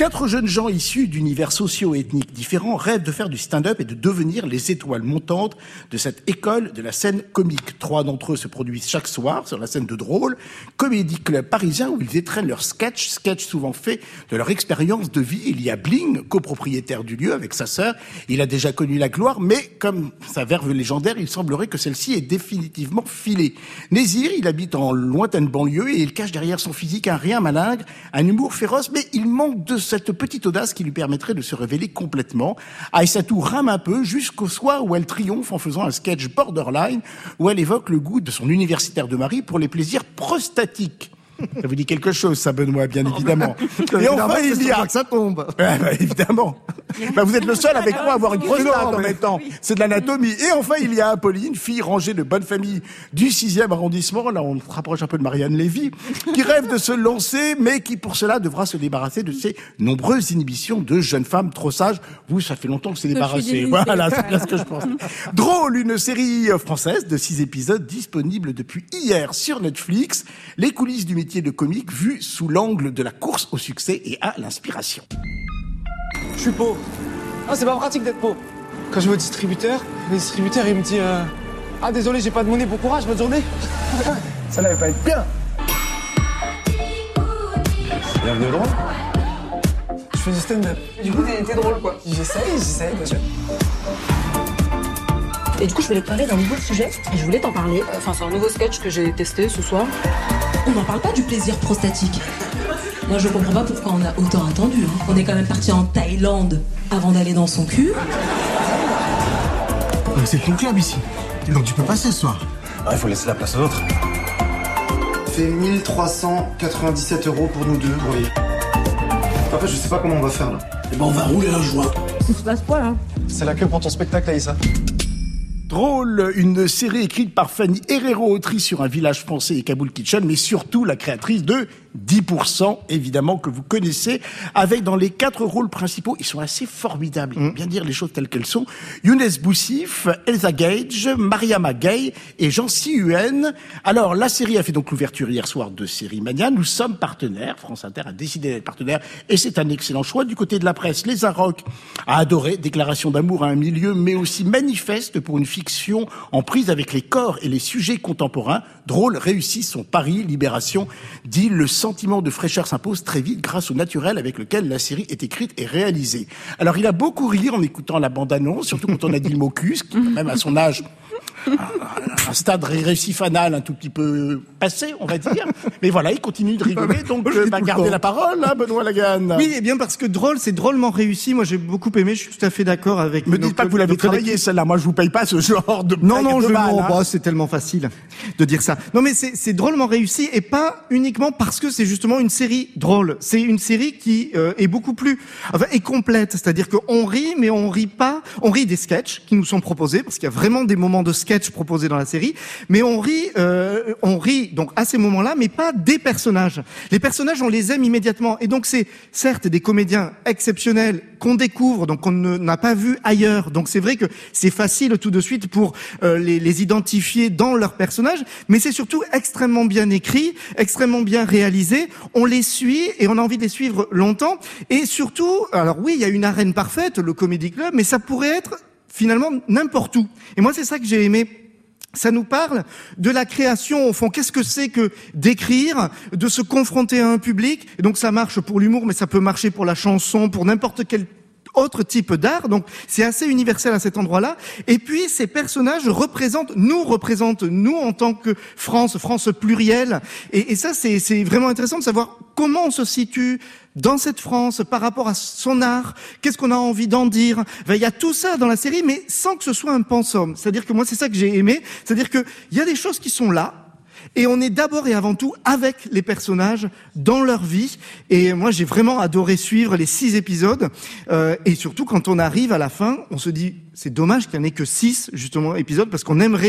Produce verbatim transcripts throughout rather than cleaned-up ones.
Quatre jeunes gens issus d'univers sociaux et ethniques différents rêvent de faire du stand-up et de devenir les étoiles montantes de cette école de la scène comique. Trois d'entre eux se produisent chaque soir sur la scène de Drôle, comédie club parisien où ils étrennent leurs sketchs, sketchs souvent faits de leur expérience de vie. Il y a Bling, copropriétaire du lieu avec sa sœur. Il a déjà connu la gloire, mais comme sa verve légendaire, il semblerait que celle-ci est définitivement filée. Nésir, il habite en lointaine banlieue et il cache derrière son physique un rien malingre, un humour féroce, mais il manque de cette petite audace qui lui permettrait de se révéler complètement. Aïssatou rame un peu jusqu'au soir où elle triomphe en faisant un sketch borderline où elle évoque le goût de son universitaire de mari pour les plaisirs prostatiques. Ça vous dit quelque chose, ça, Benoît, bien évidemment. Et enfin, il y a... que ça tombe. Ouais, bah, évidemment. Bah, vous êtes le seul avec moi à avoir une prostate en même temps. C'est de l'anatomie. Et enfin, il y a Apolline, fille rangée de bonne famille du sixième arrondissement. Là, on se rapproche un peu de Marianne Lévy, qui rêve de se lancer, mais qui, pour cela, devra se débarrasser de ses nombreuses inhibitions de jeunes femmes trop sages. Vous, ça fait longtemps que c'est débarrassé. Voilà, c'est bien ce que je pense. Drôle, une série française de six épisodes disponible depuis hier sur Netflix. Les coulisses du métier de comique vu sous l'angle de la course au succès et à l'inspiration. Je suis pauvre. Ah, c'est pas pratique d'être pauvre. Quand je vais au distributeur, le distributeur il me dit euh, ah désolé, j'ai pas de monnaie, bon courage, bonne journée. Ça n'allait pas être bien. Bienvenue au Drôle. Je fais du stand-up. Du coup, t'es drôle quoi. J'essaye, j'essaye, bien sûr. Et du coup, je voulais te parler d'un nouveau sujet, et je voulais t'en parler. Enfin, c'est un nouveau sketch que j'ai testé ce soir. On n'en parle pas du plaisir prostatique. Moi, je comprends pas pourquoi on a autant attendu. Hein. On est quand même parti en Thaïlande avant d'aller dans son cul. C'est ton club ici. Donc tu peux passer ce soir. Ah, il faut laisser la place aux autres. Ça fait mille trois cent quatre-vingt-dix-sept euros pour nous deux, oui. En fait, je sais pas comment on va faire là. Eh ben, on va rouler un joint. Ça se passe quoi, là? C'est la queue pour ton spectacle, Aïssa. Drôle, une série écrite par Fanny Herrero, autrice sur un village français et Kaboul Kitchen, mais surtout la créatrice de dix pour cent, évidemment, que vous connaissez, avec dans les quatre rôles principaux, ils sont assez formidables, il faut bien dire les choses telles qu'elles sont, Younes Boussif, Elsa Gage, Mariama Gay et Jean-Cy Huen. Alors, la série a fait donc l'ouverture hier soir de Série Mania. Nous sommes partenaires, France Inter a décidé d'être partenaire, et c'est un excellent choix. Du côté de la presse, Les Arocs a adoré, déclaration d'amour à un milieu, mais aussi manifeste pour une fiction en prise avec les corps et les sujets contemporains. Drôle réussit son pari. Libération dit le sentiment de fraîcheur s'impose très vite grâce au naturel avec lequel la série est écrite et réalisée. Alors, il a beaucoup ri en écoutant la bande-annonce, surtout quand on a dit le mot cul, qui, quand même, à son âge, un stade régressif anal un tout petit peu passé, on va dire. Mais voilà, il continue de rigoler, donc euh, bah, gardez la parole, hein, Benoît Laganne. Oui, et bien parce que Drôle, c'est drôlement réussi. Moi, j'ai beaucoup aimé, je suis tout à fait d'accord avec... Me dites pas que vous l'avez travaillé, celle-là. Moi, je vous paye pas ce genre de... Non, non, de je, mal, non, hein. bah, c'est tellement facile de dire ça. Non, mais c'est, c'est drôlement réussi, et pas uniquement parce que c'est justement une série drôle. C'est une série qui euh, est beaucoup plus... Enfin, est complète. C'est-à-dire qu'on rit, mais on rit pas... On rit des sketchs qui nous sont proposés, parce qu'il y a vraiment des moments de sketch proposés dans la série, mais on rit, euh, on rit donc à ces moments-là, mais pas des personnages. Les personnages, on les aime immédiatement, et donc c'est certes des comédiens exceptionnels qu'on découvre, donc qu'on ne, n'a pas vu ailleurs. Donc c'est vrai que c'est facile tout de suite pour euh, les, les identifier dans leurs personnages, mais c'est surtout extrêmement bien écrit, extrêmement bien réalisé. On les suit et on a envie de les suivre longtemps. Et surtout, alors oui, il y a une arène parfaite, le Comedy Club, mais ça pourrait être finalement n'importe où. Et moi, c'est ça que j'ai aimé. Ça nous parle de la création, au fond. Qu'est-ce que c'est que d'écrire, de se confronter à un public? Et donc ça marche pour l'humour, mais ça peut marcher pour la chanson, pour n'importe quel autre type d'art. Donc c'est assez universel à cet endroit-là. Et puis ces personnages représentent, nous représentent, nous en tant que France, France plurielle. Et, et ça, c'est, c'est vraiment intéressant de savoir comment on se situe dans cette France, par rapport à son art, qu'est-ce qu'on a envie d'en dire. Enfin, il y a tout ça dans la série, mais sans que ce soit un pensum. C'est-à-dire que moi, c'est ça que j'ai aimé. C'est-à-dire que il y a des choses qui sont là, et on est d'abord et avant tout avec les personnages dans leur vie. Et moi, j'ai vraiment adoré suivre les six épisodes. Euh, et surtout, quand on arrive à la fin, on se dit, c'est dommage qu'il n'y en ait que six, justement, épisodes, parce qu'on aimerait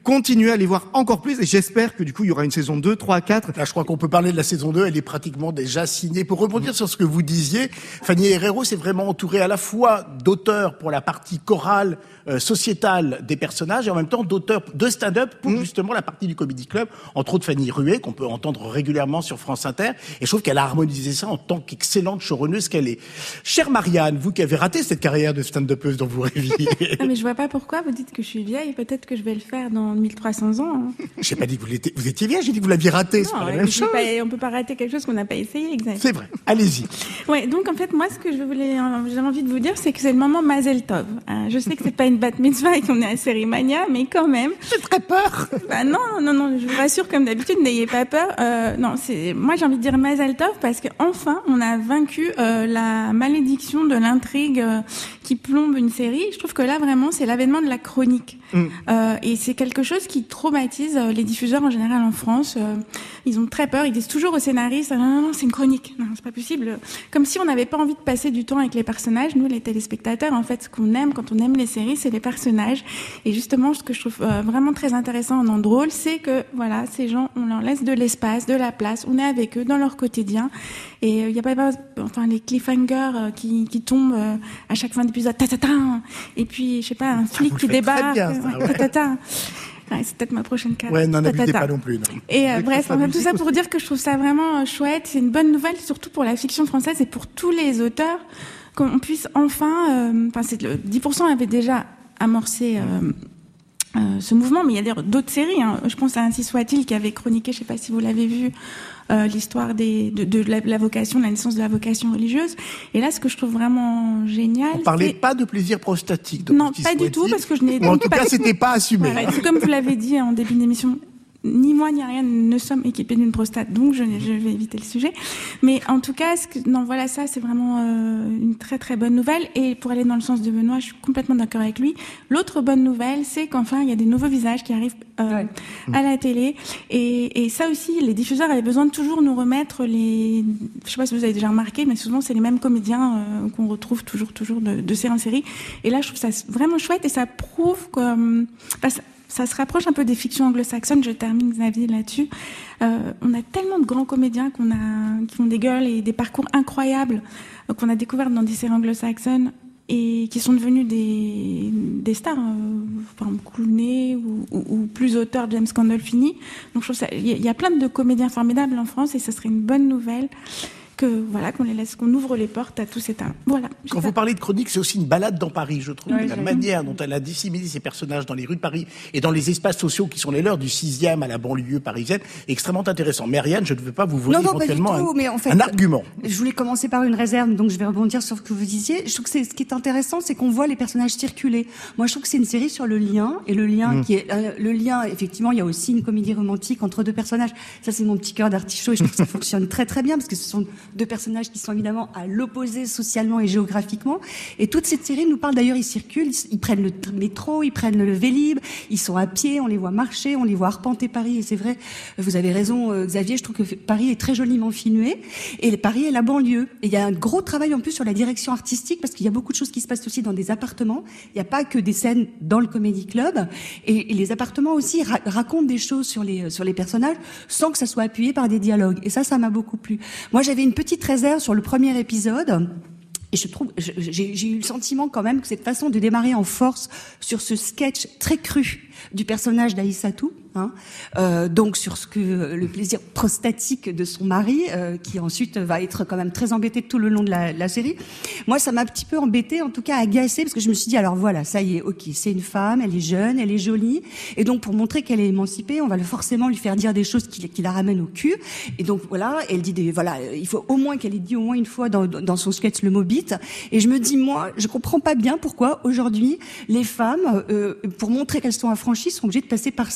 continuez à les voir encore plus et j'espère que du coup il y aura une saison deux, trois, quatre. Là, je crois qu'on peut parler de la saison deux, elle est pratiquement déjà signée. Pour rebondir mmh. sur ce que vous disiez, Fanny Herrero s'est vraiment entourée à la fois d'auteurs pour la partie chorale, euh, sociétale des personnages et en même temps d'auteurs de stand-up pour mmh. justement la partie du Comedy Club, entre autres Fanny Ruet, qu'on peut entendre régulièrement sur France Inter. Et je trouve qu'elle a harmonisé ça en tant qu'excellente showrunneuse qu'elle est. Chère Marianne, vous qui avez raté cette carrière de stand-upeuse dont vous rêviez. Ah, mais je vois pas pourquoi vous dites que je suis vieille, peut-être que je vais le faire dans mille trois cents ans. Hein. J'ai pas dit que vous, l'étiez, vous étiez vieille, j'ai dit que vous l'aviez raté, non, c'est pas la même chose. Pas, on peut pas rater quelque chose qu'on n'a pas essayé, exact. C'est vrai, allez-y. Ouais, donc en fait, moi, ce que je voulais, j'ai envie de vous dire, c'est que c'est le moment Mazel Tov. Euh, je sais que c'est pas une bat mitzvah et qu'on est à Série Mania, mais quand même. J'ai très peur. Bah non, non, non, je vous rassure, comme d'habitude, n'ayez pas peur. Euh, non, c'est, moi, j'ai envie de dire Mazel Tov parce que enfin, on a vaincu euh, la malédiction de l'intrigue euh, qui plombe une série. Je trouve que là, vraiment, c'est l'avènement de la chronique. Mm. Euh, et c'est quelque chose qui traumatise euh, les diffuseurs en général en France. Euh, ils ont très peur. Ils disent toujours aux scénaristes, non, non, non, c'est une chronique. Non, c'est pas possible. Comme si on n'avait pas envie de passer du temps avec les personnages. Nous, les téléspectateurs, en fait, ce qu'on aime quand on aime les séries, c'est les personnages. Et justement, ce que je trouve euh, vraiment très intéressant en Andrôle, c'est que, voilà, ces gens, on leur laisse de l'espace, de la place. On est avec eux dans leur quotidien. Et il euh, y a pas, enfin, les cliffhangers euh, qui, qui tombent euh, à chaque fin d'épisode. Ta ta ta. Et puis, je sais pas, un flic qui débarque. Bien, ça, ouais. Ta ta ta. Ouais, c'est peut-être ma prochaine carte. Ouais, n'en abusez pas non plus. Non. Et euh, bref, enfin, tout ça pour dire que je trouve ça vraiment euh, chouette. C'est une bonne nouvelle, surtout pour la fiction française et pour tous les auteurs, qu'on puisse enfin. Enfin, euh, c'est le dix pour cent avait déjà amorcé. Euh, Euh, ce mouvement, mais il y a d'autres séries. Hein. Je pense à Ainsi soit-il qui avait chroniqué, je ne sais pas si vous l'avez vu, euh, l'histoire des, de, de la, la vocation, de la naissance de la vocation religieuse. Et là, ce que je trouve vraiment génial, on parlait pas de plaisir prostatique. Non, pas du tout, parce que je n'ai. En tout cas, c'était pas assumé. Voilà, comme vous l'avez dit en début d'émission. Ni moi ni rien ne sommes équipés d'une prostate, donc je, je vais éviter le sujet. Mais en tout cas, ce que, non, voilà, ça c'est vraiment euh, une très très bonne nouvelle. Et pour aller dans le sens de Benoît, je suis complètement d'accord avec lui. L'autre bonne nouvelle, c'est qu'enfin il y a des nouveaux visages qui arrivent euh, ouais. à la télé. Et, et ça aussi, les diffuseurs avaient besoin de toujours nous remettre les. Je sais pas si vous avez déjà remarqué, mais souvent c'est les mêmes comédiens euh, qu'on retrouve toujours toujours de, de série en série. Et là, je trouve ça vraiment chouette et ça prouve que. Enfin, ça, Ça se rapproche un peu des fictions anglo-saxonnes. Je termine, Xavier, là-dessus. Euh, on a tellement de grands comédiens qu'on a, qui ont des gueules et des parcours incroyables euh, qu'on a découverts dans des séries anglo-saxonnes et qui sont devenus des, des stars, euh, par exemple Clooney ou, ou, ou plus auteurs, James Gandolfini. Donc je trouve ça, il y, y a plein de comédiens formidables en France et ça serait une bonne nouvelle. Que voilà, qu'on les laisse, qu'on ouvre les portes à tous ces talents. Voilà. Quand vous parlez de chronique, c'est aussi une balade dans Paris, je trouve. Ouais, la manière dont elle a disséminé ses personnages dans les rues de Paris et dans les espaces sociaux qui sont les leurs, du sixième à la banlieue parisienne, est extrêmement intéressant. Mais Ariane, je ne veux pas vous voler éventuellement tout, un, mais en fait, un argument. Je voulais commencer par une réserve, donc je vais rebondir sur ce que vous disiez. Je trouve que c'est, ce qui est intéressant, c'est qu'on voit les personnages circuler. Moi, je trouve que c'est une série sur le lien et le lien mmh. qui est euh, le lien. Effectivement, il y a aussi une comédie romantique entre deux personnages. Ça, c'est mon petit cœur d'artichaut et je trouve que ça fonctionne très très bien parce que ce sont deux personnages qui sont évidemment à l'opposé socialement et géographiquement. Et toute cette série nous parle, d'ailleurs, ils circulent, ils, ils prennent le métro, ils prennent le Vélib, ils sont à pied, on les voit marcher, on les voit arpenter Paris. Et c'est vrai, vous avez raison, euh, Xavier, je trouve que Paris est très joliment filmé. Et Paris est la banlieue. Et il y a un gros travail en plus sur la direction artistique parce qu'il y a beaucoup de choses qui se passent aussi dans des appartements. Il n'y a pas que des scènes dans le Comedy Club. Et, et les appartements aussi ra- racontent des choses sur les, sur les personnages sans que ça soit appuyé par des dialogues. Et ça, ça m'a beaucoup plu. Moi, j'avais une petite réserve sur le premier épisode. Et je trouve, j'ai, j'ai eu le sentiment quand même que cette façon de démarrer en force sur ce sketch très cru du personnage d'Aïssatou, hein, euh, donc sur ce que le plaisir prostatique de son mari, euh, qui ensuite va être quand même très embêté tout le long de la, la série. Moi, ça m'a un petit peu embêté, en tout cas agacé, parce que je me suis dit, alors voilà, ça y est, ok, c'est une femme, elle est jeune, elle est jolie, et donc pour montrer qu'elle est émancipée, on va forcément lui faire dire des choses qui, qui la ramènent au cul. Et donc voilà, elle dit des, voilà, il faut au moins qu'elle ait dit au moins une fois dans, dans son sketch le mot bite. Et je me dis, moi, je comprends pas bien pourquoi aujourd'hui les femmes, euh, pour montrer qu'elles sont affranchies, sont obligées de passer par ça, parce que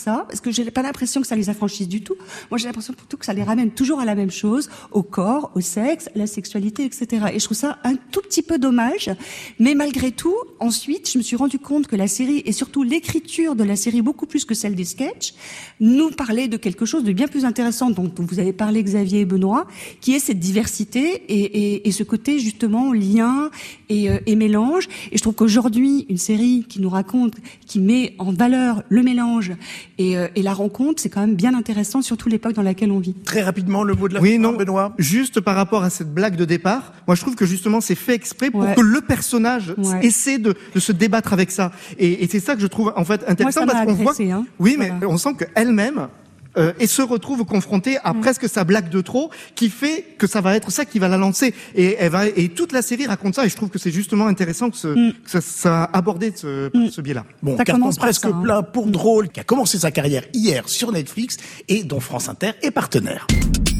que j'ai pas l'impression que ça les affranchisse du tout. Moi, j'ai l'impression plutôt que ça les ramène toujours à la même chose, au corps, au sexe, la sexualité, et cetera. Et je trouve ça un tout petit peu dommage. Mais malgré tout, ensuite, je me suis rendu compte que la série, et surtout l'écriture de la série, beaucoup plus que celle des sketchs, nous parlait de quelque chose de bien plus intéressant, dont vous avez parlé, Xavier et Benoît, qui est cette diversité et, et, et ce côté, justement, lien et, euh, et mélange. Et je trouve qu'aujourd'hui, une série qui nous raconte, qui met en valeur le mélange et, euh, et la rencontre, c'est quand même bien intéressant, surtout l'époque dans laquelle on vit. Très rapidement, le mot de la Oui, fin, non, Benoît. Juste par rapport à cette blague de départ, moi je trouve que justement c'est fait exprès pour Ouais. que le personnage Ouais. essaie de, de se débattre avec ça. Et, et c'est ça que je trouve en fait intéressant Moi, ça parce m'a qu'on voit. agressé, hein. Oui, mais Voilà. on sent qu'elle-même. Euh, et se retrouve confrontée à Mm. presque sa blague de trop, qui fait que ça va être ça qui va la lancer. Et elle va et toute la série raconte ça. Et je trouve que c'est justement intéressant que, ce, Mm. que ça, ça a abordé ce, Mm. ce biais-là. Bon, Ça carton commence par presque ça, hein. plein pour Drôle, qui a commencé sa carrière hier sur Netflix et dont France Inter est partenaire.